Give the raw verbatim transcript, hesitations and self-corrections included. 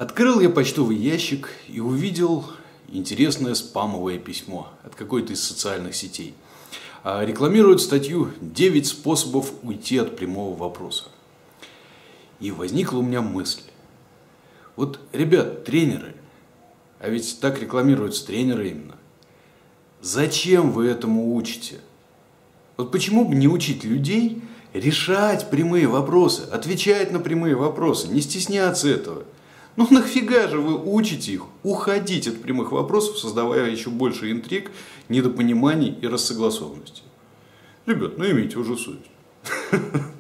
Открыл я почтовый ящик и увидел интересное спамовое письмо от какой-то из социальных сетей. Рекламируют статью «девять способов уйти от прямого вопроса». И возникла у меня мысль. Вот, ребят, тренеры, а ведь так рекламируются тренеры именно. Зачем вы этому учите? Вот почему бы не учить людей решать прямые вопросы, отвечать на прямые вопросы, не стесняться этого? Ну нафига же вы учите их уходить от прямых вопросов, создавая еще больше интриг, недопониманий и рассогласованности? Ребят, ну имейте уже совесть.